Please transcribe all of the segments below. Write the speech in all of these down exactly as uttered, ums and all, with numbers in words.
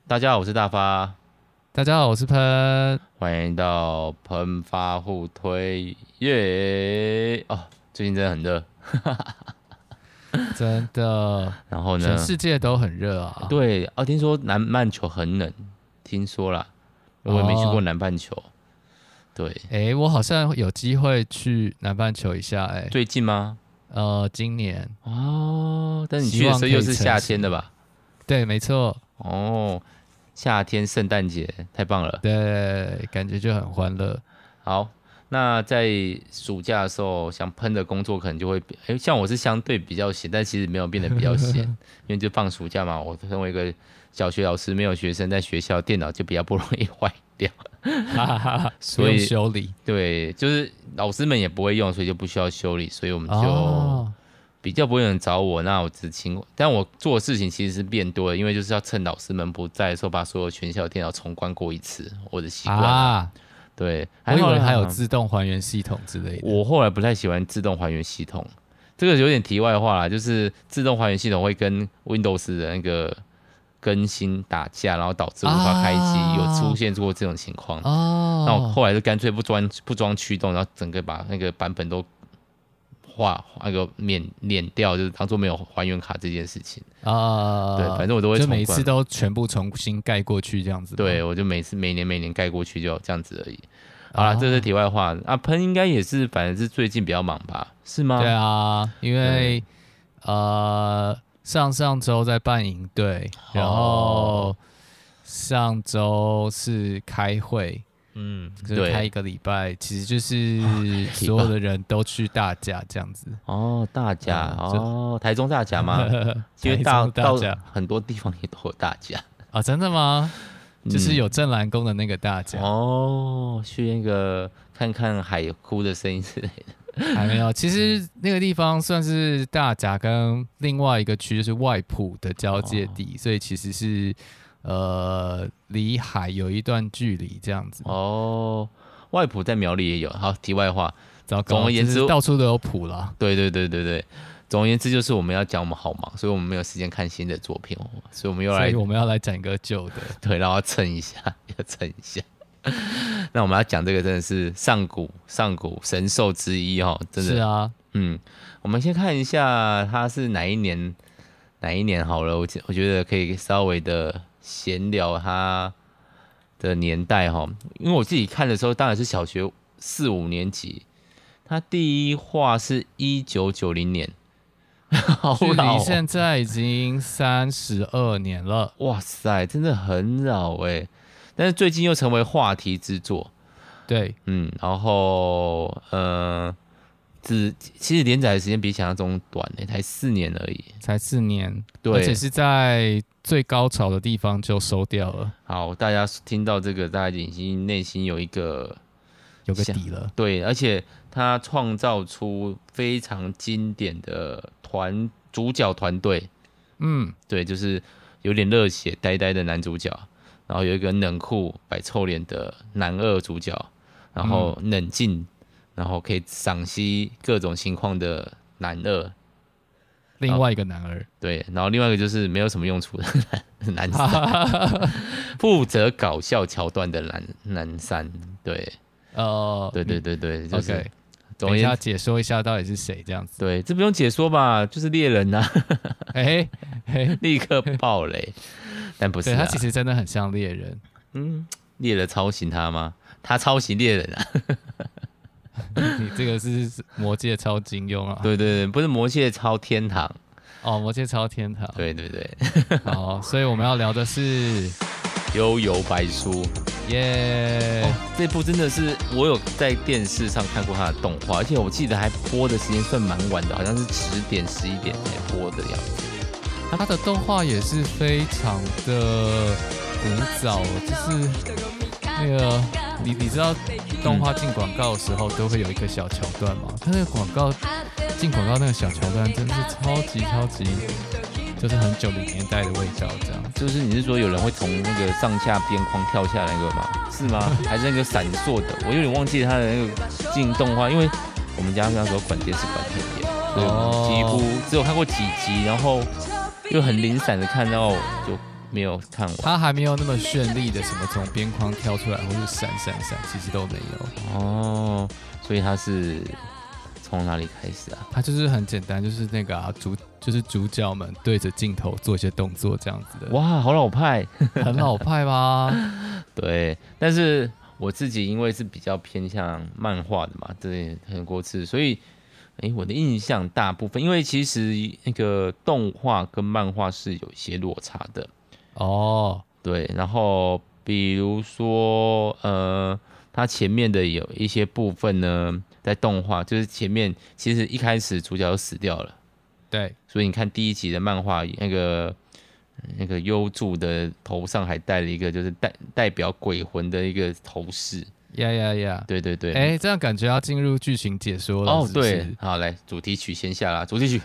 大家好，我是大发。 大家好，我是喷。 欢迎到喷发互推耶！哦，最近真的很热， 真的。 然后呢， 全世界都很热啊。 对哦，听说南半球很冷，听说啦，我也没去过南半球。哦、对， 哎、欸，我好像有机会去南半球一下、欸，哎， 最近吗？ 呃，今年。 哦，但你去的时候又是夏天的吧？ 对，没错。 哦。夏天圣诞节太棒了， 对，感觉就很欢乐。 好，那在暑假的时候，想喷的工作可能就会，哎，像我是相对比较闲，但其实没有变得比较闲，因为就放暑假嘛。我身为一个小学老师，没有学生在学校，电脑就比较不容易坏掉， 所以修理。 对，就是老师们也不会用，所以就不需要修理，所以我们就。哦，比较不会有人找我，那我只请，但我做的事情其实是变多了，因为就是要趁老师们不在的时候，把所有全校的电脑重关过一次，我的习惯。啊，对， 我以为还有自动还原系统之类的。 我后来不太喜欢自动还原系统，这个有点题外话啦，就是自动还原系统会跟 Windows 的那个更新打架，然后导致无法开机，啊、有出现过这种情况。哦，那我后来就干脆不装不装驱动，然后整个把那个版本都。画那个免免掉，就是当做没有还原卡这件事情啊。对，反正我都会就每次都全部重新盖过去这样子。 对，我就每次每年每年盖过去就这样子而已。好啦，啊、这是题外话。啊，喷应该也是，反正是最近比较忙吧？是吗？ 对啊，因为呃上上周在办营队，然后上周是开会。嗯，就是开一个礼拜，其实就是所有的人都去大甲这样子。 哦，大甲、嗯、哦，台中大甲吗？因为大到很多地方也都有大甲啊、哦，真的吗？嗯、就是有镇澜宫的那个大甲哦，去那个看看海哭的声音之类的。 还没有，其实那个地方算是大甲跟另外一个区就是外埔的交界地，哦、所以其实是。呃，离海有一段距离，这样子。 哦，外埔在苗栗也有。好，题外话， 糟糕，总而言之，到处都有埔啦。 对对对对对，总而言之就是我们要讲我们好忙，所以我们没有时间看新的作品，所以我们又来， 所以我们要来讲一个旧的， 对，然后要蹭一下，要蹭一下。那我们要讲这个真的是上古上古神兽之一哦，真的是啊。 嗯，我们先看一下它是哪一年哪一年好了，我我觉得可以稍微的。闲聊他的年代哈，因为我自己看的时候当然是小学四五年级，他第一话是一九九零年，好老、哦， 距离现在已经三十二年了， 哇塞，真的很老哎！但是最近又成为话题之作， 对， 嗯，然后呃，只其实连载的时间比想象中短哎，才四年而已， 才四年， 对， 而且是在。最高潮的地方就收掉了。 好，大家听到这个，大家已经内心有一个有个底了。 对，而且他创造出非常经典的团主角团队。嗯，对，就是有点热血、呆呆的男主角，然后有一个冷酷、摆臭脸的男二主角，然后冷静，然后可以赏析各种情况的男二。 另外一个男儿， 对，然后另外一个就是没有什么用处的男三，负责搞笑桥段的男男三，对，哦，对对对对，就是。 Okay. 等一下解说一下到底是谁这样子。 对，这不用解说吧，就是猎人呐、啊， 哎哎， 立刻爆雷，但不是、啊， 对他其实真的很像猎人。 嗯，猎人抄袭他吗？他抄袭猎人啊。 你这个是魔界超金庸啊？ 对对对，不是魔界超天堂哦，魔界超天堂。 对对对， 好，所以我们要聊的是《 幽游白书》 耶、yeah 哦。这部真的是我有在电视上看过它的动画，而且我记得还播的时间算蛮晚的，好像是十点、十一点才播的样子。 它的动画也是非常的古早，就是那个。你你知道动画进广告的时候都会有一个小桥段吗？它那个广告进广告那个小桥段真的是超级超级，就是很九零年代的味道，这样。 就是你是说有人会从那个上下边框跳下来那个吗？是吗？还是那个闪烁的？我有点忘记它的那个进动画，因为我们家那时候管电视管很严，所以我们几乎只有看过几集，然后又很零散的看到就没有看完。 他还没有那么绚丽的什么从边框跳出来或是闪闪闪，其实都没有。 哦，所以他是从哪里开始啊？ 他就是很简单，就是那个啊主就是主角们对着镜头做一些动作这样子的。 哇，好老派， 很老派吧？ 对，但是我自己因为是比较偏向漫画的嘛，对，很多次，所以。哎，我的印象大部分，因为其实那个动画跟漫画是有一些落差的哦。 对，然后比如说，呃，它前面的有一些部分呢，在动画就是前面其实一开始主角就死掉了， 对， 所以你看第一集的漫画，那个那个幽助的头上还戴了一个就是代代表鬼魂的一个头饰。 呀呀呀！ 对对对， 哎，这样感觉要进入剧情解说了。 哦， 是不是对，好，来主题曲先下啦，主题曲。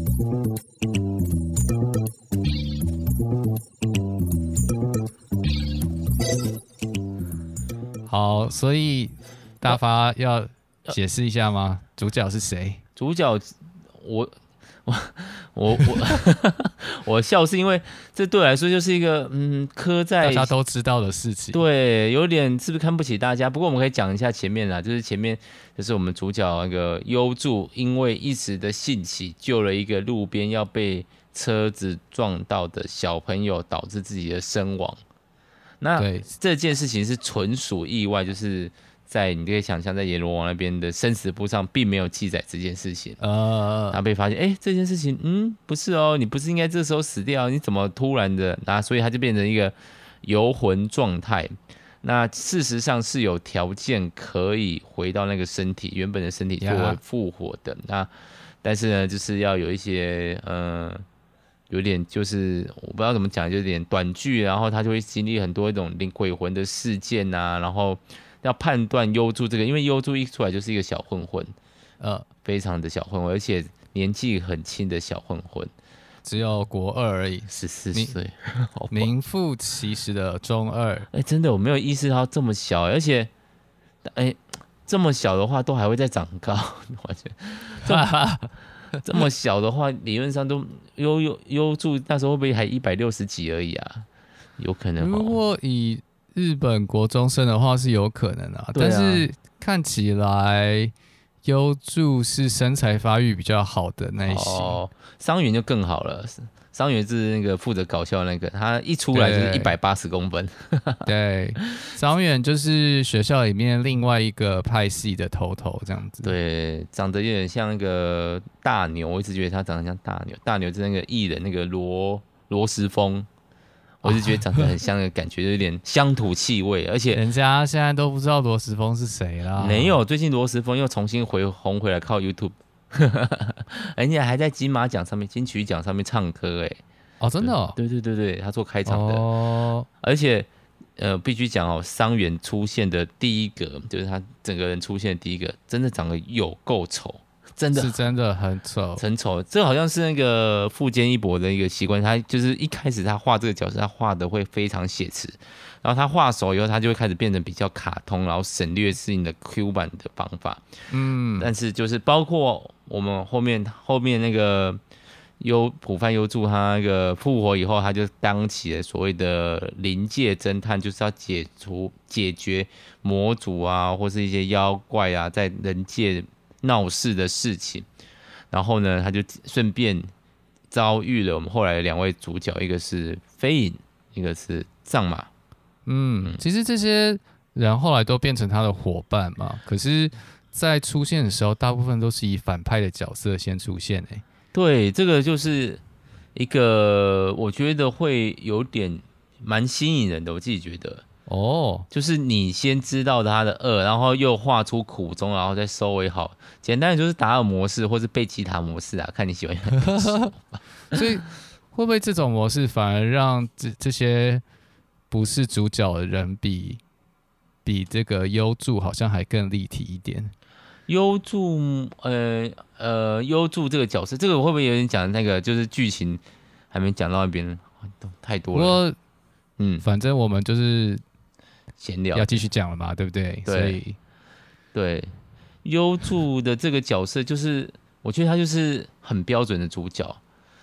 好，所以大发要解释一下吗？主角是谁？ 主角，我我我我我笑是因为这对我来说就是一个嗯刻在大家都知道的事情。 对，有点是不是看不起大家？不过我们可以讲一下前面啦，就是前面就是我们主角那个幽助，因为一时的兴起救了一个路边要被车子撞到的小朋友，导致自己的身亡。那这件事情是纯属意外，就是在你可以想象，在阎罗王那边的生死簿上并没有记载这件事情。呃，他被发现，哎、欸，这件事情，嗯，不是哦，你不是应该这时候死掉，你怎么突然的？那所以他就变成一个游魂状态。那事实上是有条件可以回到那个身体原本的身体作为复活的。Yeah. 那但是呢，就是要有一些呃。有点就是我不知道怎么讲，就有点短剧，然后他就会经历很多一种灵鬼魂的事件啊，然后要判断幽助这个，因为幽助一出来就是一个小混混，呃，非常的小混混，而且年纪很轻的小混混， 只有国二而已， 十四岁， 名副其实的中二。 哎、欸，真的我没有意识到这么小，而且，哎、欸，这么小的话都还会再长高，完全。这么小的话，理论上都优优优助那时候会不会还一百六十几而已啊？有可能。 如果以日本国中生的话是有可能啊，但是看起来优助是身材发育比较好的那一型。哦， 伤员就更好了。伤员是那个负责搞笑那个，他一出来就是一百八十公分。 对，伤员就是学校里面另外一个派系的头头这样子。 对，长得有点像那个大牛，我一直觉得他长得像大牛。大牛是那个艺人那个罗罗时丰，我就觉得长得很像的感觉，有点乡土气味。而且人家现在都不知道罗时丰是谁啦。 没有，最近罗时丰又重新回红回来，靠 YouTube。人家还在金马奖上面、金曲奖上面唱歌哎！ 哦，真的哦？ 对对对对，他做开场的。哦，而且呃，必须讲哦，伤员出现的第一个，就是他整个人出现的第一个，真的长得有够丑，真的是真的很丑， 很丑。这好像是那个富坚义博的一个习惯，他就是一开始他画这个角色，他画的会非常写实。然后他画熟以后，他就会开始变成比较卡通，然后省略性的 Q 版的方法。嗯，但是就是包括我们后面后面那个优浦饭优助他那个复活以后，他就当起了所谓的临界侦探，就是要解除解决魔族啊或是一些妖怪啊在人界闹事的事情。然后呢，他就顺便遭遇了我们后来的两位主角，一个是飞影，一个是藏马。 嗯，其实这些人后来都变成他的伙伴嘛，可是在出现的时候大部分都是以反派的角色先出现。欸， 对，这个就是一个我觉得会有点蛮吸引人的，我自己觉得哦，就是你先知道他的恶，然后又画出苦衷，然后再收尾好，简单的就是达尔模式或是贝吉塔模式啊，看你喜欢所以会不会这种模式反而让这这些不是主角的人比比这个优助好像还更立体一点？ 优助，呃呃，优助这个角色，这个我会不会有点讲那个就是剧情还没讲到那边，太多了。不过， 嗯，反正我们就是闲聊， 要继续讲了嘛，对不对？ 对，所以对优助的这个角色，就是我觉得他就是很标准的主角。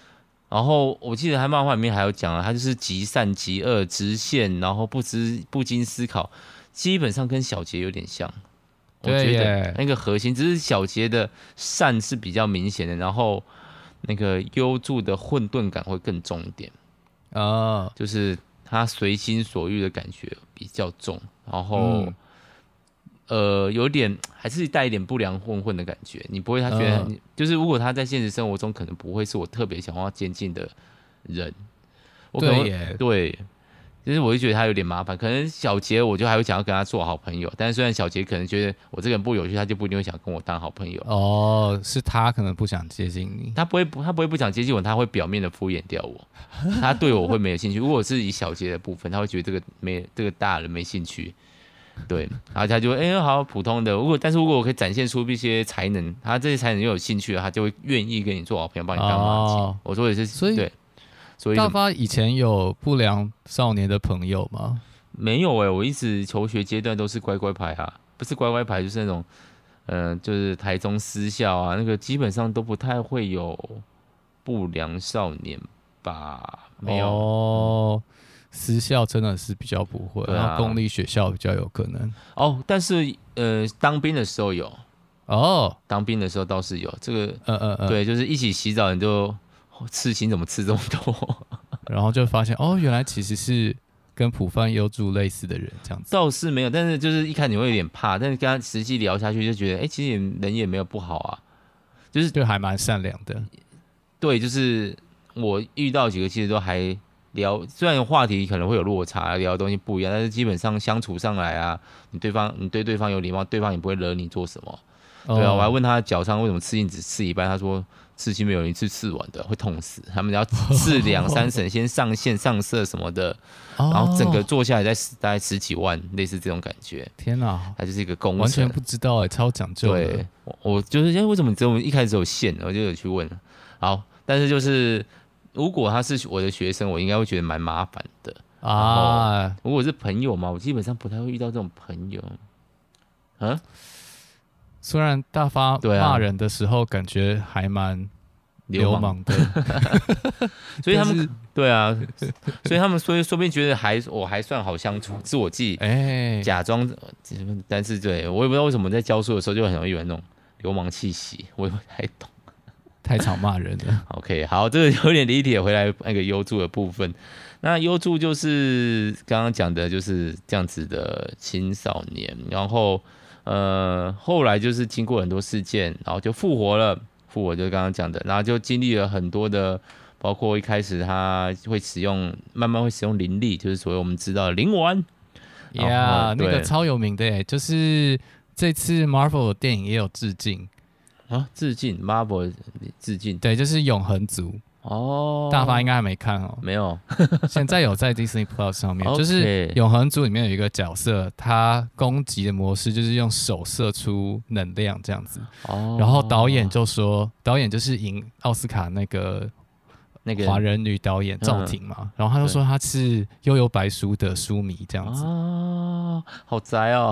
然后我记得他漫画里面还有讲啊，他就是极善极恶直线，然后不知不经思考，基本上跟小杰有点像。我觉得那个核心只是小杰的善是比较明显的，然后那个幽助的混沌感会更重一点啊、哦， 就是他随心所欲的感觉比较重，然后、嗯、呃有点还是带一点不良混混的感觉。你不会他觉得、嗯、就是如果他在现实生活中可能不会是我特别想要接近的人，我可能对耶对。就是我就觉得他有点麻烦，可能小杰我就还会想要跟他做好朋友，但是虽然小杰可能觉得我这个人不有趣，他就不一定会想跟我当好朋友。 哦，是他可能不想接近你， 他不会他不会不想接近我，他会表面的敷衍掉我，他对我会没有兴趣。如果是以小杰的部分，他会觉得这个没这个大人没兴趣，对，然后他就会哎、欸、好普通的。如果但是如果我可以展现出一些才能，他这些才能又有兴趣了，他就会愿意跟你做好朋友，帮你当马吉、哦。我说也是，所以对。所以大发以前有不良少年的朋友吗？ 没有哎、欸，我一直求学阶段都是乖乖牌啊，不是乖乖牌就是那种，呃，就是台中私校啊，那个基本上都不太会有不良少年吧？没有哦，嗯、私校真的是比较不会，啊、然后公立学校比较有可能。 哦，但是呃，当兵的时候有哦， 当兵的时候倒是有这个， 嗯嗯嗯， 对，就是一起洗澡你就。刺青怎么刺这么多？ 然后就发现哦，原来其实是跟普范幽助类似的人这样子。 倒是没有，但是就是一开始你会有点怕，但是跟他实际聊下去就觉得，哎、欸，其实人也没有不好啊，就是对，还蛮善良的。 对，就是我遇到几个其实都还聊，虽然话题可能会有落差，聊的东西不一样，但是基本上相处上来啊，你对方你对对方有礼貌，对方也不会惹你做什么。对啊，我还问他脚上为什么刺青只刺一半，他说刺青没有一次刺完的，会痛死。他们要刺两三层，先上线上色什么的，然后整个做下来在大概十几万，类似这种感觉。 天哪， 它就是一个工程， 完全不知道哎、欸，超讲究的。 对，我, 我就是因为为什么只有一开始只有线，我就有去问。好，但是就是如果他是我的学生，我应该会觉得蛮麻烦的啊。如果是朋友嘛，我基本上不太会遇到这种朋友。啊。 虽然大发骂人的时候感觉还蛮流氓的， 所以他们对啊，所以他们说说不定觉得还我还算好相处，是我自己假装，欸、但是对我也不知道为什么在教书的时候就很容易有那种流氓气息，我也不太懂， 太常骂人了。 OK， 好，这个有点理解回来那个优助的部分。那优助就是刚刚讲的就是这样子的青少年，然后。呃，后来就是经过很多事件，然后就复活了。复活就是刚刚讲的，然后就经历了很多的，包括一开始他会使用，慢慢会使用灵力，就是所谓我们知道的灵丸。 呀、yeah, 那个超有名的耶，就是这次 Marvel 的电影也有致敬啊，致敬 Marvel 致敬， 对，就是永恒族。哦，大发应该还没看哦， 没有， 现在有在 Disney Plus 上面，就是永恒族里面有一个角色，他攻击的模式就是用手射出能量这样子。哦，然后导演就说，导演就是赢奥斯卡那个那个华人女导演赵婷嘛，嗯、然后他就说他是《幽游白书》的书迷这样子。 哦，好宅哦，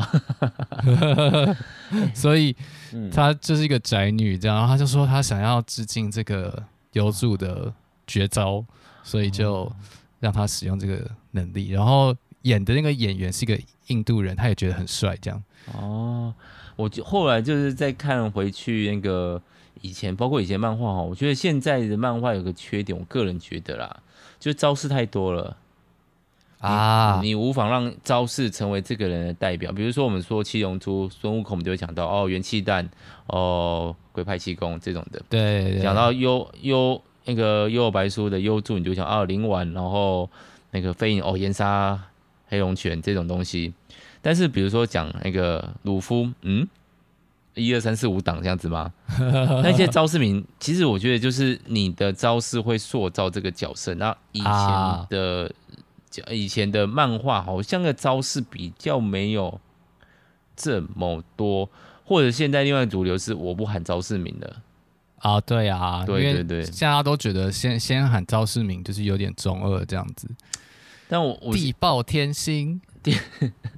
所以她就是一个宅女这样，然后他就说他想要致敬这个。幽助的绝招，所以就让他使用这个能力。然后演的那个演员是一个印度人，他也觉得很帅，这样。 哦，我后来就是再看回去那个以前，包括以前漫画哈，我觉得现在的漫画有个缺点，我个人觉得啦，就是招式太多了啊，你, 你无法让招式成为这个人的代表。比如说我们说七龙珠，孙悟空，我们就会讲到哦元气弹，哦。龟派气功这种的， 对， 讲到幽幽那个幽游白书的幽助，你就想啊灵丸，然后那个飞影哦岩沙黑龙拳这种东西。但是比如说讲那个鲁夫，嗯，一二三四五档这样子吗？那些招式名，其实我觉得就是你的招式会塑造这个角色。那以前的、啊、以前的漫画好像的招式比较没有这么多。或者现在另外主流是我不喊招式名的啊，对啊， 对对对， 大家都觉得先先喊招式名就是有点中二这样子。 但我我地爆天星，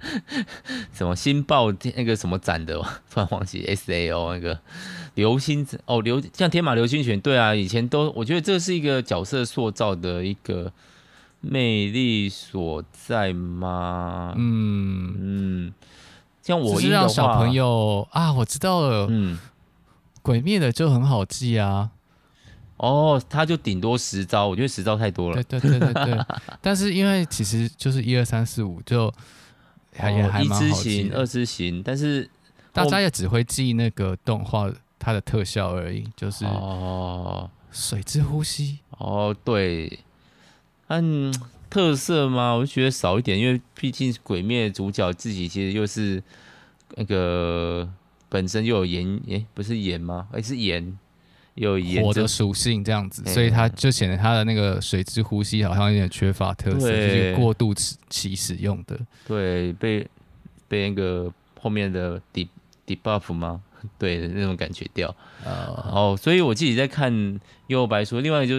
什么新报那个什么展的，突然忘记 S A O 那个流星哦流像天马流星拳，对啊，以前都我觉得这是一个角色塑造的一个魅力所在吗？嗯嗯，像我就是让小朋友啊，我知道了，嗯，鬼灭的就很好记啊。 哦，他就顶多十招，我觉得十招太多了。 对对对对对，但是因为其实就是一二三四五就还、哦、也还蛮好记的。一之型、 二之型，但是大家也只会记那个动画它的特效而已，就是哦，水之呼吸。 哦，对，嗯，特色嘛，我就觉得少一点，因为毕竟鬼灭主角自己其实又是那个本身又有炎，诶，不是炎吗？诶，是炎。有火的属性这样子，所以它就显得它的那个水之呼吸好像有点缺乏特色，就是过渡期使用的。 对，被被那个后面的 debuff 吗？对，那种感觉掉。呃、哦，所以我自己在看《幽游白书》，另外就是，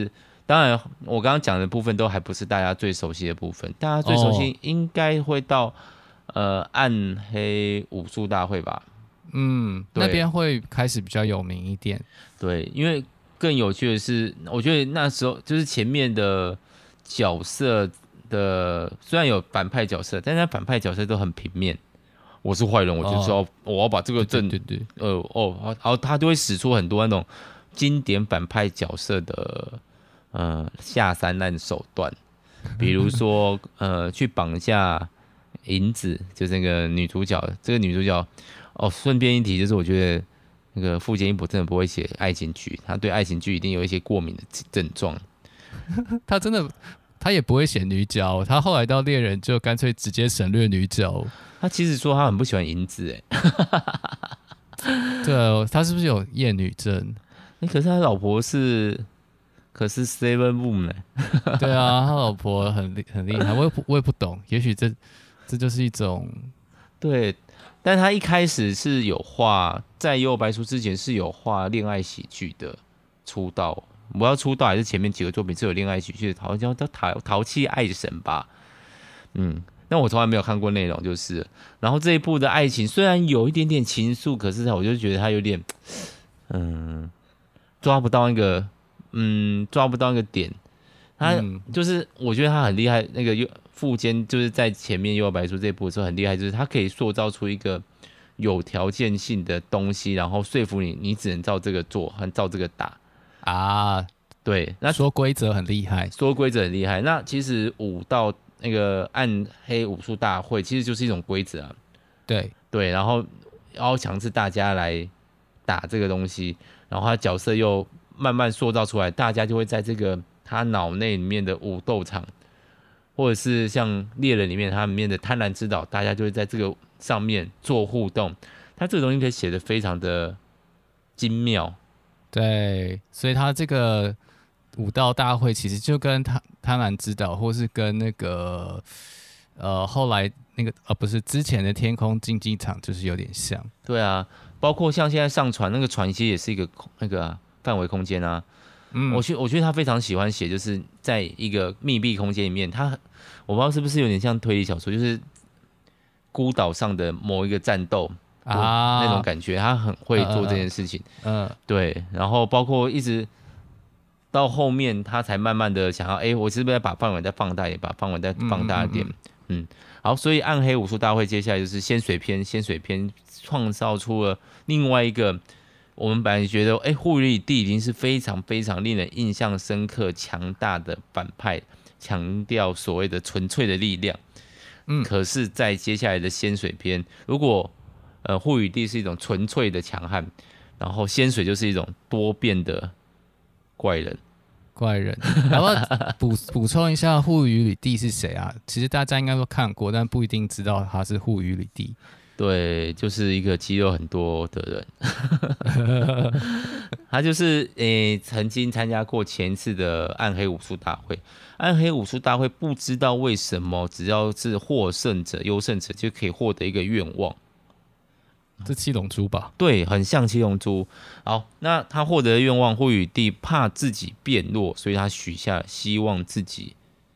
当然我刚刚讲的部分都还不是大家最熟悉的部分，大家最熟悉应该会到、哦、呃暗黑武术大会吧。 嗯，那边会开始比较有名一点。 对，因为更有趣的是，我觉得那时候就是前面的角色的，虽然有反派角色，但是他反派角色都很平面。我是坏人，我就是要、哦、我要把这个阵， 对对 对, 对， 呃哦，然后他就会使出很多那种经典反派角色的呃下三滥手段，比如说呃去绑架银子，就是那个女主角，这个女主角。哦，顺便一提，就是我觉得那个富坚义博真的不会写爱情剧，他对爱情剧一定有一些过敏的症状。 他真的，他也不会写女角，他后来到猎人就干脆直接省略女角。 他其实说他很不喜欢银子，哎， 对啊，他是不是有厌女症？ 欸、可是他老婆是，可是 Seven Boom 呢？ 对啊，他老婆很很厉害，我也不我也不懂，也许这这就是一种对。但他一开始是有画，在《幽游白书》之前是有画恋爱喜剧的出道，我不知道出道还是前面几个作品是有恋爱喜剧的，好像叫淘淘气爱神吧，嗯，但我从来没有看过内容，就是，然后这一部的爱情虽然有一点点情愫，可是我就觉得他有点，嗯，抓不到那个，嗯，抓不到那个点，他就是我觉得他很厉害，那个又。富坚就是在前面《幽游白书》这一部的时候很厉害，就是他可以塑造出一个有条件性的东西，然后说服你，你只能照这个做，和照这个打啊。 对，那说规则很厉害， 说规则很厉害。那其实武道那个暗黑武术大会其实就是一种规则啊。 对对，然后然后强制大家来打这个东西，然后他角色又慢慢塑造出来，大家就会在这个他脑内里面的武斗场。或者是像猎人里面他里面的贪婪之岛，大家就会在这个上面做互动，他这个东西可以写得非常的精妙。 对，所以他这个武道大会其实就跟贪贪婪之岛，或是跟那个呃后来那个呃不是之前的天空竞技场，就是有点像。 对啊，包括像现在上船那个船，其实也是一个那个、啊、范围空间啊。嗯，我觉我觉得他非常喜欢写，就是在一个密闭空间里面，他我不知道是不是有点像推理小说，就是孤岛上的某一个战斗啊那种感觉，他很会做这件事情。嗯，对，然后包括一直到后面，他才慢慢的想要，哎，我是不是要把范围再放大一点，把范围再放大一点？嗯, 嗯, 嗯, 嗯，好，所以暗黑武术大会接下来就是仙水篇，仙水篇创造出了另外一个。我们本来觉得，哎，护理帝已经是非常非常令人印象深刻、强大的反派，强调所谓的纯粹的力量。嗯，可是，在接下来的仙水篇，如果呃护理帝是一种纯粹的强悍，然后仙水就是一种多变的怪人。 怪人，然后补补充一下，护宇里帝是谁啊？其实大家应该都看过，但不一定知道他是护宇里帝。 对，就是一个肌肉很多的人，他就是诶、欸、曾经参加过前一次的暗黑武术大会。暗黑武术大会不知道为什么，只要是获胜者、优胜者就可以获得一个愿望。 这七龙珠吧？ 对，很像七龙珠。好，那他获得的愿望，护宇帝怕自己变弱，所以他许下希望自己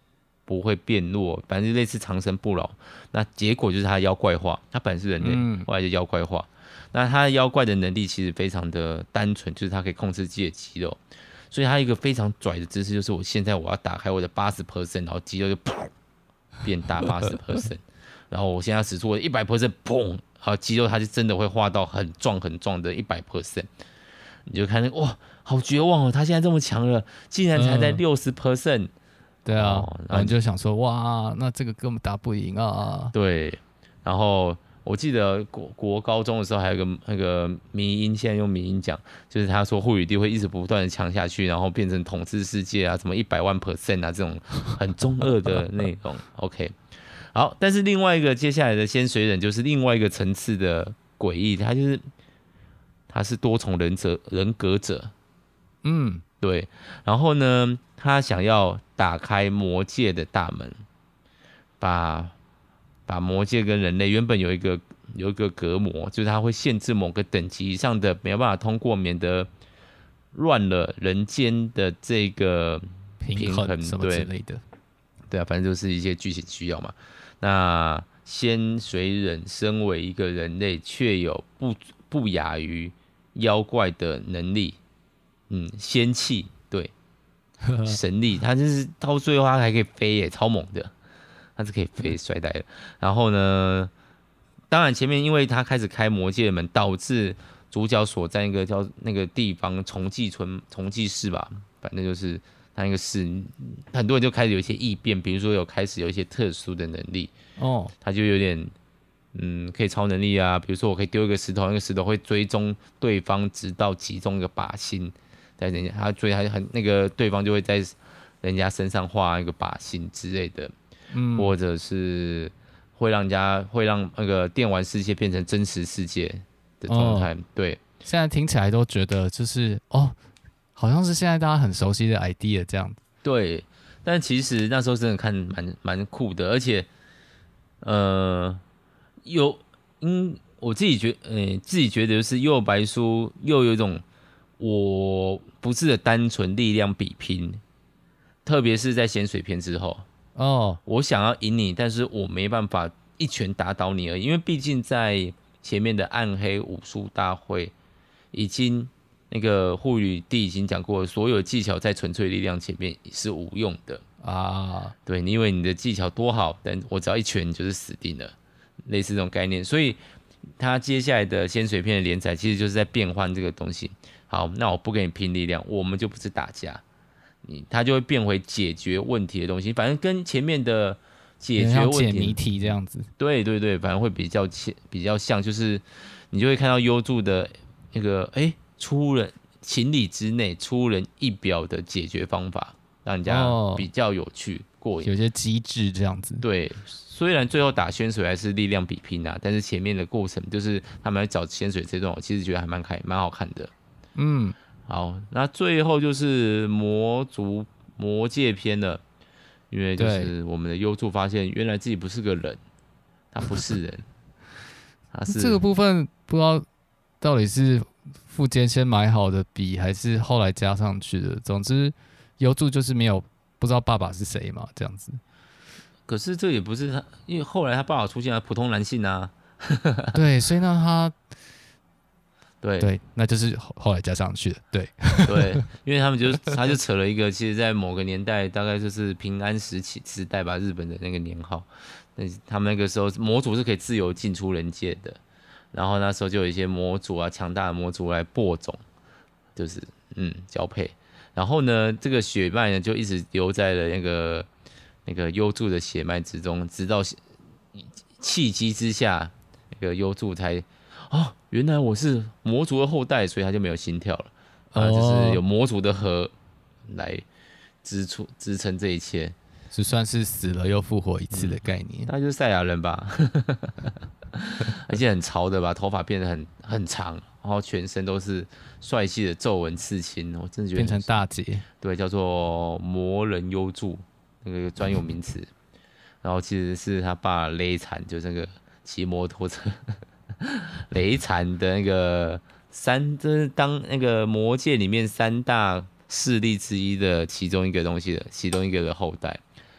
不会变弱，反正就类似长生不老。那结果就是他妖怪化，他本来是人类，嗯、后来就妖怪化。那他妖怪的能力其实非常的单纯，就是他可以控制自己的肌肉，所以他一个非常拽的姿势就是我现在我要打开我的 百分之八十， 然后肌肉就砰变大 百分之八十， 然后我现在要使出我的 百分之百， 砰，然后肌肉它就真的会化到很壮很壮的 百分之百， 你就看哇，好绝望哦，他现在这么强了，竟然才在 百分之六十。嗯、 对啊，哦、然后你就想说哇，那这个根本打不赢啊。 对，然后。我记得国国高中的时候还有一个那个迷因，现在用迷因讲，就是他说护理帝会一直不断的强下去，然后变成统治世界啊，什么一百万 percent 啊这种很中二的内容。OK， 好，但是另外一个接下来的仙水忍就是另外一个层次的诡异，他就是他是多重人者人格者，嗯，对，然后呢，他想要打开魔界的大门，把。把魔界跟人类原本有一个有一个隔膜，就是它会限制某个等级以上的没有办法通过，免得乱了人间的这个平衡什么之类的。 对啊，反正就是一些剧情需要嘛。那仙水忍身为一个人类，却有不不亚于妖怪的能力，嗯，仙气，对，神力，他就是到最后他还可以飞耶，超猛的。他是可以飞衰呆的，然后呢，当然前面因为他开始开魔界的门，导致主角所在一个叫那个地方重纪村重纪市吧，反正就是他那个市，很多人就开始有一些异变，比如说有开始有一些特殊的能力哦，他就有点嗯可以超能力啊，比如说我可以丢一个石头，那个石头会追踪对方直到击中一个靶心，在人家他追他很那个对方就会在人家身上画一个靶心之类的。嗯，或者是会让人家会让那个电玩世界变成真实世界的状态、哦，对。 现在听起来都觉得就是哦，好像是现在大家很熟悉的 idea 这样子。 对，但其实那时候真的看蛮蛮酷的，而且呃，有嗯，我自己觉呃、欸、自己觉得就是幽游白书又有一种我不是的单纯力量比拼，特别是在咸水篇之后。哦，我想要赢你，但是我没办法一拳打倒你而已，因为毕竟在前面的暗黑武术大会，已经那个护理帝已经讲过，所有技巧在纯粹力量前面是无用的啊。对，你以为你的技巧多好，但我只要一拳你就是死定了，类似这种概念。所以他接下来的仙水篇的连载，其实就是在变换这个东西。好，那我不跟你拼力量，我们就不是打架。你它就会变回解决问题的东西，反正跟前面的解决问题、 解谜题这样子。 对对对，反正会比较比较像，就是你就会看到优助的那个，哎，出人情理之内、出人意表的解决方法，让人家比较有趣、过瘾。 有些机制这样子。 对，虽然最后打仙水还是力量比拼啊，但是前面的过程就是他们来找仙水这段，我其实觉得还蛮开、蛮好看的。嗯。好，那最后就是魔族魔界篇了，因为就是我们的优助发现，原来自己不是个人，他不是人，他是这个部分不知道到底是富坚先买好的笔，还是后来加上去的。总之，优助就是没有不知道爸爸是谁嘛，这样子。 可是这也不是他，因为后来他爸爸出现了普通男性啊。 对，所以呢，他。 对对，那就是后来加上去的。对对，因为他们就他就扯了一个，其实，在某个年代，大概就是平安时期时代吧，日本的那个年号，那他们那个时候魔族是可以自由进出人界的，然后那时候就有一些魔族啊，强大的魔族来播种，就是嗯交配，然后呢，这个血脉呢就一直留在了那个那个优助的血脉之中，直到契机之下，那个优助才。哦，原来我是魔族的后代，所以他就没有心跳了啊，哦、就是有魔族的核来支出支撑这一切， 就算是死了又复活一次的概念。 他、嗯、就是赛亚人吧，而且很潮的，把头发变得很很长，然后全身都是帅气的皱纹刺青，我真的觉得变成大姐， 对，叫做魔人优助那个专有名词。然后其实是他爸勒残，就是那个骑摩托车。雷残的那个三，这是当那个魔界里面三大势力之一的其中一个东西的其中一个的后代。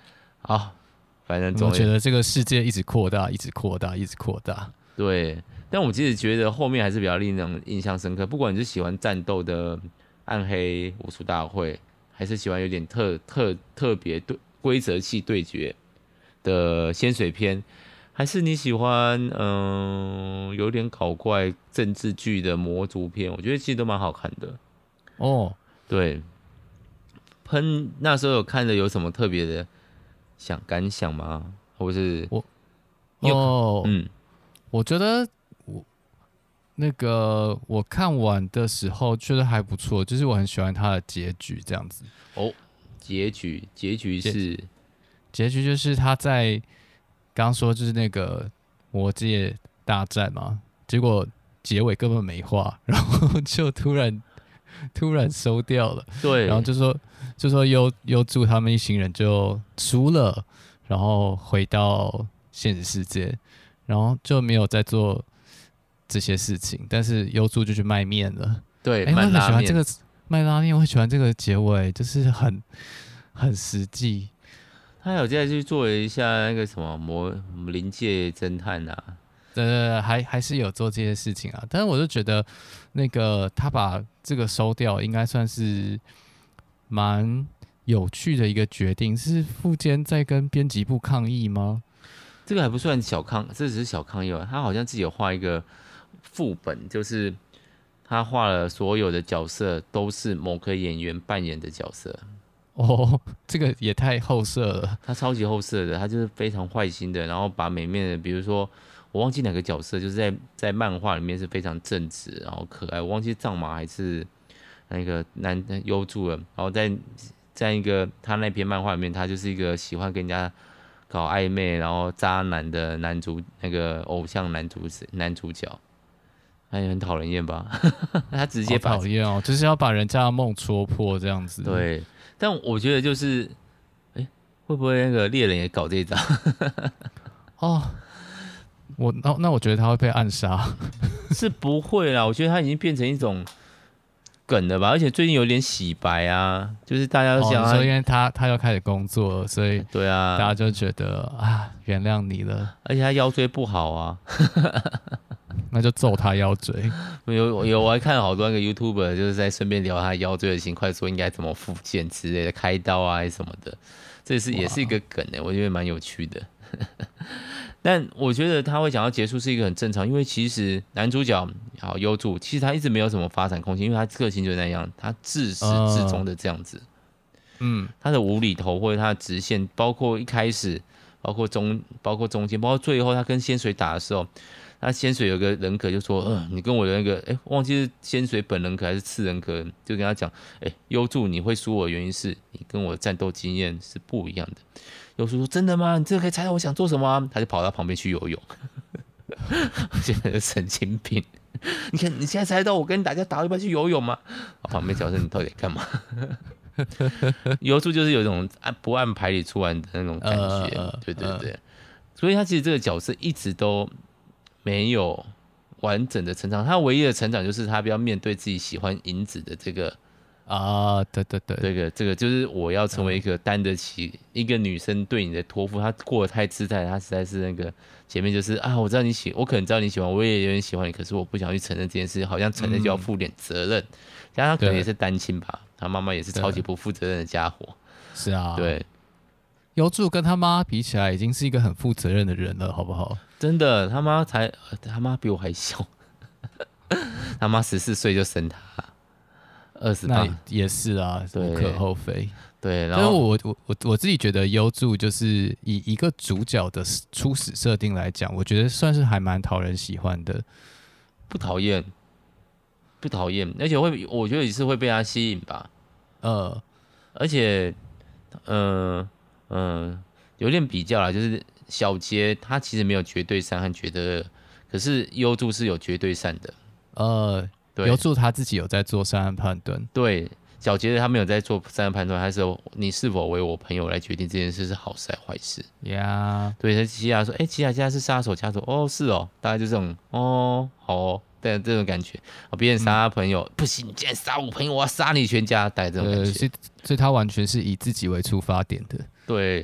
好，反正总我觉得这个世界一直扩大，一直扩大，一直扩大。 对，但我其实觉得后面还是比较令人印象深刻。不管你是喜欢战斗的暗黑武术大会，还是喜欢有点特特特别对规则系对决的仙水篇，还是你喜欢嗯、呃、有点搞怪政治剧的魔族篇，我觉得其实都蛮好看的。 哦， 对，喷那时候有看的有什么特别的想感想吗？或是我你有哦， 嗯， 我觉得我那个我看完的时候觉得还不错，就是我很喜欢它的结局这样子。 哦，结局结局是结局就是他在刚刚说就是那个魔界大战嘛，结果结尾根本没画，然后就突然突然收掉了。 对， 然后就说就说优优助他们一行人就输了，然后回到现实世界，然后就没有再做这些事情，但是优助就去卖面了。 对， 哎，我很卖拉面喜欢这个卖拉面，我很喜欢这个结尾，就是很很实际。 他有再去做了一下那个什么魔灵界侦探啊， 对对对，还还是有做这些事情啊，但是我就觉得那个他把这个收掉，应该算是蛮有趣的一个决定。是富坚在跟编辑部抗议吗？ 这个还不算小抗，这只是小抗议吧。他好像自己有画一个副本，就是他画了所有的角色都是某个演员扮演的角色。 哦，这个也太后设了。 他超级后设的，他就是非常坏心的，然后把每面的，比如说我忘记哪个角色，就是在在漫画里面是非常正直，然后可爱，我忘记藏马还是那个男优助了，然后在在一个他那篇漫画里面，他就是一个喜欢跟人家搞暧昧，然后渣男的男主那个偶像男主男主角，他也很讨人厌吧？他直接把好讨厌哦，就是要把人家的梦戳破这样子。 对。但我觉得就是，哎、欸，会不会那个猎人也搞这一招？ 哦，我那那我觉得他会被暗杀。 是不会啦，我觉得他已经变成一种梗了吧，而且最近有点洗白啊，就是大家都想他， 哦，因为他他要开始工作了，所以对啊， 大家就觉得啊，原谅你了， 而且他腰椎不好啊。 那就揍他腰椎。 有有，我还看了好多那个 YouTuber， 就是在顺便聊他腰椎的情况，说应该怎么复健之类的，开刀啊什么的，这是也是一个梗诶，我觉得蛮有趣的。但我觉得他会想要结束是一个很正常，因为其实男主角好优助，其实他一直没有什么发展空间，因为他个性就那样，他自始至终的这样子。 嗯， 他的无厘头或者他的直线，包括一开始，包括中，包括中间，包括最后他跟仙水打的时候。那仙水有个人格就说，呃，你跟我的那个，哎、欸，忘记是仙水本人格还是次人格，就跟他讲，哎、欸，优助你会输我的原因是你跟我的战斗经验是不一样的。优助说真的吗？你这个可以猜到我想做什么、啊？他就跑到旁边去游泳，现在是神经病。你看你现在猜到我跟你打架打到一半去游泳吗？旁边角色你到底干嘛？优助就是有一种按不按牌理出完的那种感觉，呃、对对对、呃，所以他其实这个角色一直都。没有完整的成长，他唯一的成长就是他不要面对自己喜欢银子的这个啊，对对对， 这个这个就是我要成为一个担得起一个女生对你的托付，他过得太自在，他实在是那个前面就是啊，我知道你喜，我可能知道你喜欢，我也有点喜欢你，可是我不想去承认这件事，好像承认就要负点责任，加上他可能也是单亲吧，他妈妈也是超级不负责任的家伙， 是啊， 对。 优助跟他妈比起来，已经是一个很负责任的人了，好不好？ 真的，他妈才，他妈比我还小，他妈十四岁就生他，二十八也是啊，无可厚非。 对，然后我我我我自己觉得优助就是以一个主角的初始设定来讲，我觉得算是还蛮讨人喜欢的， 不讨厌，不讨厌，而且会，我觉得也是会被他吸引吧。呃，而且，嗯、呃。嗯，有点比较啦，就是小杰他其实没有绝对善和绝对恶，可是优助是有绝对善的。呃，对， 优助他自己有在做善恶判断。 对，小杰他没有在做善恶判断，他是你是否为我朋友来决定这件事是好事还是坏事。 呀、yeah. 对，他奇亚说，哎、欸，奇亚家是杀手家族，哦，是哦，大概就这种，哦，好哦。对，这种感觉，别人杀他朋友、嗯，不行，你竟然杀我朋友，我要杀你全家，大概这种感觉。 所以，所以他完全是以自己为出发点的。 对，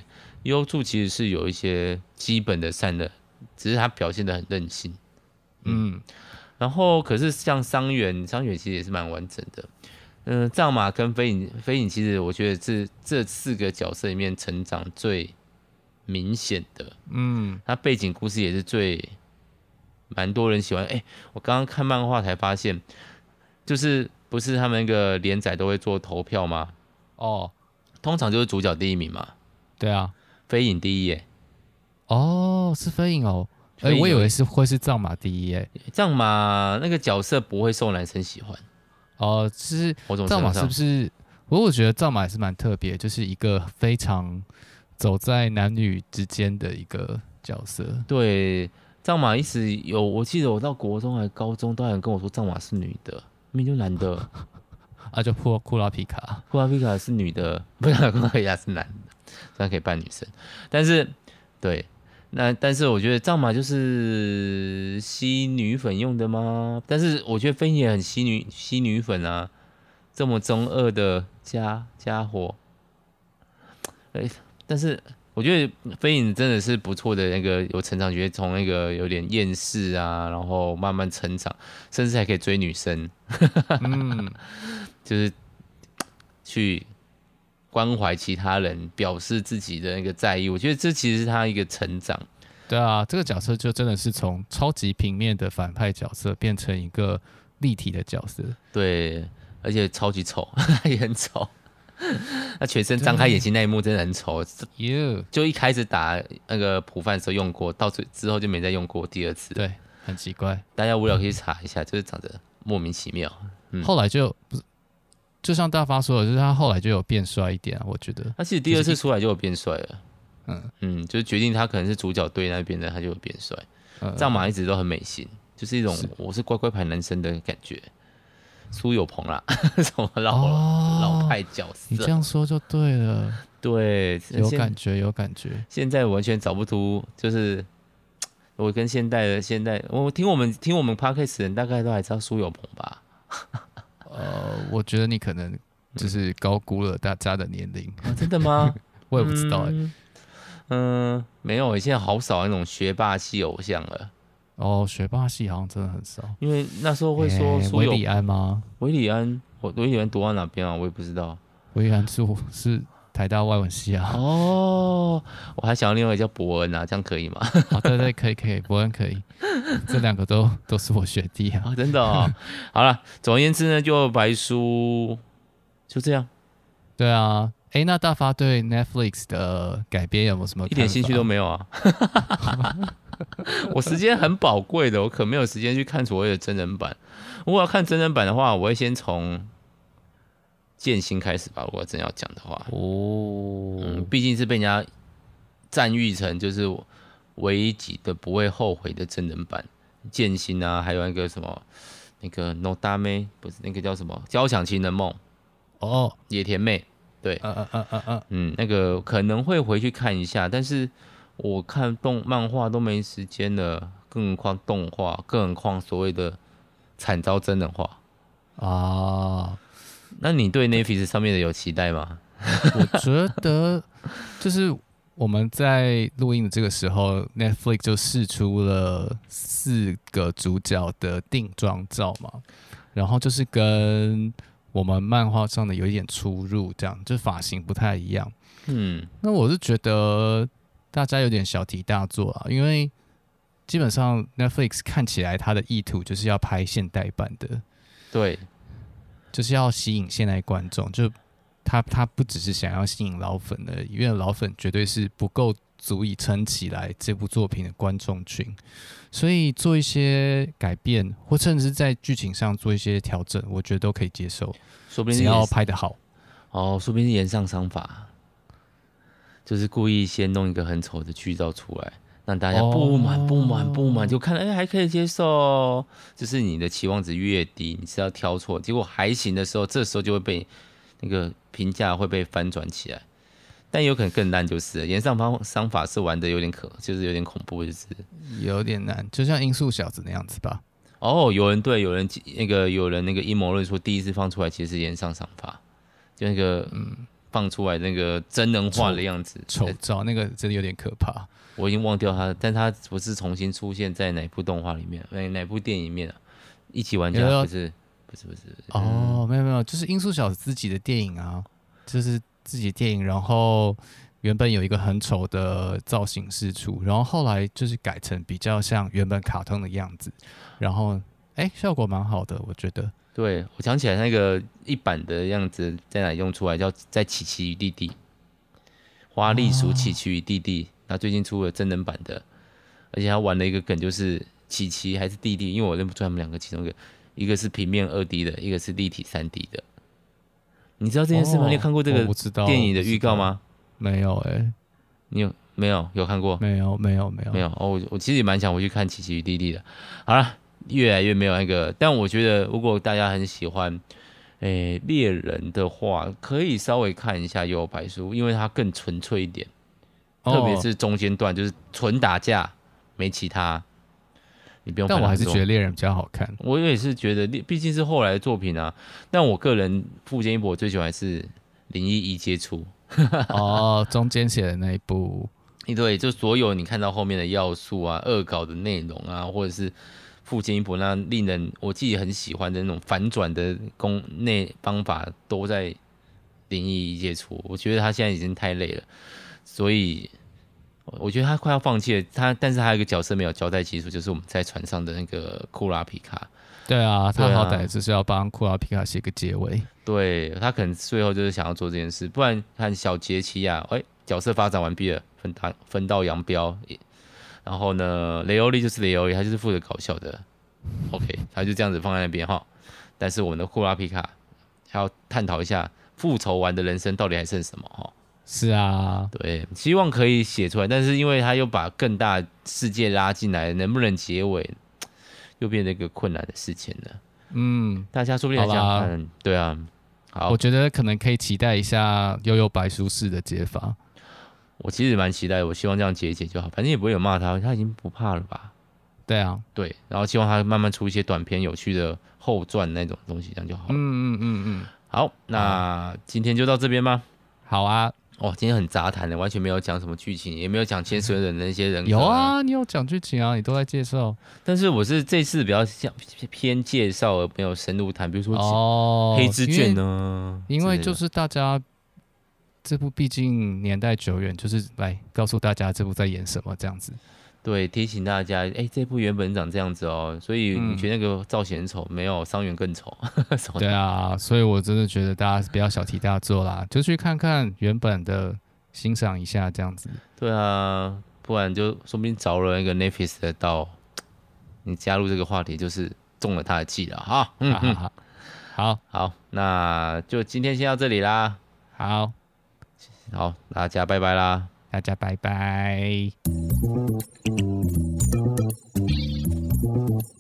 优助其实是有一些基本的善的，只是他表现得很任性。嗯，然后可是像伤员，伤员其实也是蛮完整的。嗯、呃，藏马跟飞影，飞影其实我觉得这这四个角色里面成长最明显的。嗯，他背景故事也是最蛮多人喜欢。哎，我刚刚看漫画才发现，就是不是他们那个连载都会做投票吗？哦，通常就是主角第一名嘛。 对啊， 飞影第一耶。 哦，是飞影哦。哎、欸，我以为是会是藏马第一耶。 藏马那个角色不会受男生喜欢。 哦、呃，就是藏马是不是？不过我觉得藏马也是蛮特别，就是一个非常走在男女之间的一个角色。 对，藏马一直有，我记得我到国中还高中都还有人跟我说藏马是女的，明明就男的。 啊，就库库拉皮卡， 库拉皮卡是女的，不是库拉皮卡是男的，这样可以扮女生。但是，对。那但是我觉得藏马就是吸女粉用的吗？但是我觉得飞影也很吸女吸女粉啊，这么中二的家家伙。哎，但是我觉得飞影真的是不错的那个有成长，觉得从那个有点厌世啊，然后慢慢成长，甚至还可以追女生。嗯，就是去关怀其他人，表示自己的那个在意，我觉得这其实是他一个成长。 对啊，这个角色就真的是从超级平面的反派角色变成一个立体的角色。 对，而且超级丑，也很丑。他全身张开眼睛那一幕真的很丑，就一开始打那个普范的时候用过，到之后就没再用过第二次。 对，很奇怪， 大家无聊可以查一下，就是长得莫名其妙。嗯、 后来就不是。就像大发说的，就是他后来就有变帅一点啊，我觉得。 他其实第二次出来就有变帅了，嗯嗯，就是决定他可能是主角队那边的，他就有变帅。藏马一直都很美型，就是一种我是乖乖牌男生的感觉。苏有朋啦，什么老、哦、老派角色， 你这样说就对了。 对， 有感觉，有感觉。 现在完全找不出，就是我跟现代的现代，我听我们听我们 podcast 的人大概都还知道苏有朋吧。 呃，我觉得你可能就是高估了大家的年龄、 啊，真的吗？ 我也不知道哎、欸。 嗯, 嗯，没有，现在好少那种学霸系偶像了。 哦，学霸系好像真的很少。 因为那时候会说苏有韦礼安吗？ 韦礼安，我韦礼安读到哪边啊？我也不知道。 韦礼安是是台大外文系啊。 哦，我还想要另外一个叫伯恩啊，这样可以吗？ 哦，对对，可以可以，伯恩可以。这两个都都是我学弟啊， 哦、真的哦。好了，总而言之呢，就白书就这样。 对啊，哎，那大发对 Netflix 的改编有没有什么看法？ 一点兴趣都没有啊。我时间很宝贵的，我可没有时间去看所谓的真人版。如果要看真人版的话，我会先从剑心开始吧。如果真要讲的话，哦，嗯，毕竟是被人家赞誉成就是唯一几个不会后悔的真人版。剑心啊，还有那个什么那个 Nodame， 不是那个叫什么交响情人梦哦，野田妹，对，嗯嗯嗯嗯嗯，嗯，那个可能会回去看一下，但是。我看动漫画都没时间了，更何况动画，更何况所谓的惨遭真人化啊！那你对 Netflix 上面的有期待吗？ 我觉得就是我们在录音的这个时候 ，Netflix 就释出了四个主角的定妆照嘛，然后就是跟我们漫画上的有一点出入，这样就发型不太一样。嗯，那我是觉得。大家有点小题大做啊，因为基本上 Netflix 看起来它的意图就是要拍现代版的， 对， 就是要吸引现代观众，就他他不只是想要吸引老粉的，因为老粉绝对是不够足以撑起来这部作品的观众群，所以做一些改变，或甚至是在剧情上做一些调整，我觉得都可以接受， 说不定只要拍得好。 哦，说不定是延上商法。就是故意先弄一个很丑的剧照出来，让大家不满不满不满，就看哎、欸、还可以接受、哦，就是你的期望值越低，你是要挑错，结果还行的时候，这时候就会被那个评价会被翻转起来，但有可能更烂，就是延上方商法是玩的有点可，就是有点恐怖，就是有点难，就像音速小子那样子吧。 哦，有人对，有人那个有人那个阴谋论说，第一次放出来其实是延上商法，就那个嗯。 放出来那个真人化的样子， 丑照那个真的有点可怕。 我已经忘掉它，但它不是重新出现在哪部动画里面，哪哪部电影里面啊？一起玩家不是不是不是哦，嗯、没有没有，就是音速小子自己的电影啊，就是自己的电影，然后原本有一个很丑的造型释出，然后后来就是改成比较像原本卡通的样子，然后哎效果蛮好的，我觉得。 对，我想起来那个一版的样子在哪里用出来，叫在奇奇与弟弟，花栗鼠奇奇与弟弟，他最近出了真人版的，而且他玩了一个梗，就是奇奇还是弟弟，因为我认不出他们两个其中一个，一个是平面二 D 的，一个是立体三 D 的。你知道这件事吗？哦、你有看过这个电影的预告吗？ 没有哎、欸， 你有没有有看过？ 没有没有没有没有哦，我我其实也蛮想回去看奇奇与弟弟的。好了。越来越没有那个，但我觉得如果大家很喜欢，诶猎人的话，可以稍微看一下《幽游白书》，因为它更纯粹一点，哦、特别是中间段就是纯打架，没其他，你不用。 但我还是觉得猎人比较好看。 我也是觉得，毕竟是后来的作品啊。但我个人富坚义博最喜欢是零一一接触。 哦，中间写的那一部， 对，就所有你看到后面的要素啊、恶搞的内容啊，或者是。富坚义博那令人我自己很喜欢的那种反转的攻内方法，都在零一一接触。我觉得他现在已经太累了，所以我觉得他快要放弃了。他但是还有一个角色没有交代清楚，就是我们在船上的那个库拉皮卡。 对啊，他好歹就是要帮库拉皮卡写个结尾。 对，他可能最后就是想要做这件事，不然看小杰奇啊，哎，角色发展完毕了，分道分道扬镳。然后呢，雷欧利就是雷欧利，他就是负责搞笑的 ，OK， 他就这样子放在那边哈。但是我们的库拉皮卡还要探讨一下复仇完的人生到底还剩什么哈。 是啊， 对，希望可以写出来，但是因为他又把更大世界拉进来，能不能结尾，又变成一个困难的事情了。嗯，大家说不定还想看，对啊。好， 我觉得可能可以期待一下悠悠白书式的解法。 我其实蛮期待，我希望这样解一解就好，反正也不会有骂他，他已经不怕了吧？ 对啊， 对，然后希望他慢慢出一些短篇有趣的后传那种东西，这样就好了。嗯嗯嗯嗯。好，那今天就到这边吗？ 好啊。 哦，今天很杂谈的，完全没有讲什么剧情，也没有讲千水人的那些人、啊。 有啊，你有讲剧情啊，你都在介绍。 但是我是这次比较像偏介绍，而没有深入谈，比如说哦，黑之卷呢， 因为就是大家。这部毕竟年代久远，就是来告诉大家这部在演什么这样子。 对，提醒大家，哎，这部原本长这样子哦，所以你觉得那个造型很丑，没有伤员更丑。 对啊，所以我真的觉得大家不要小题大做啦，就去看看原本的，欣赏一下这样子。 对啊，不然就说不定着了那个 Netflix 的道，你加入这个话题就是中了他的计了哈。嗯嗯，好， 好， 好，那就今天先到这里啦。 好。 好，大家拜拜啦！ 大家拜拜。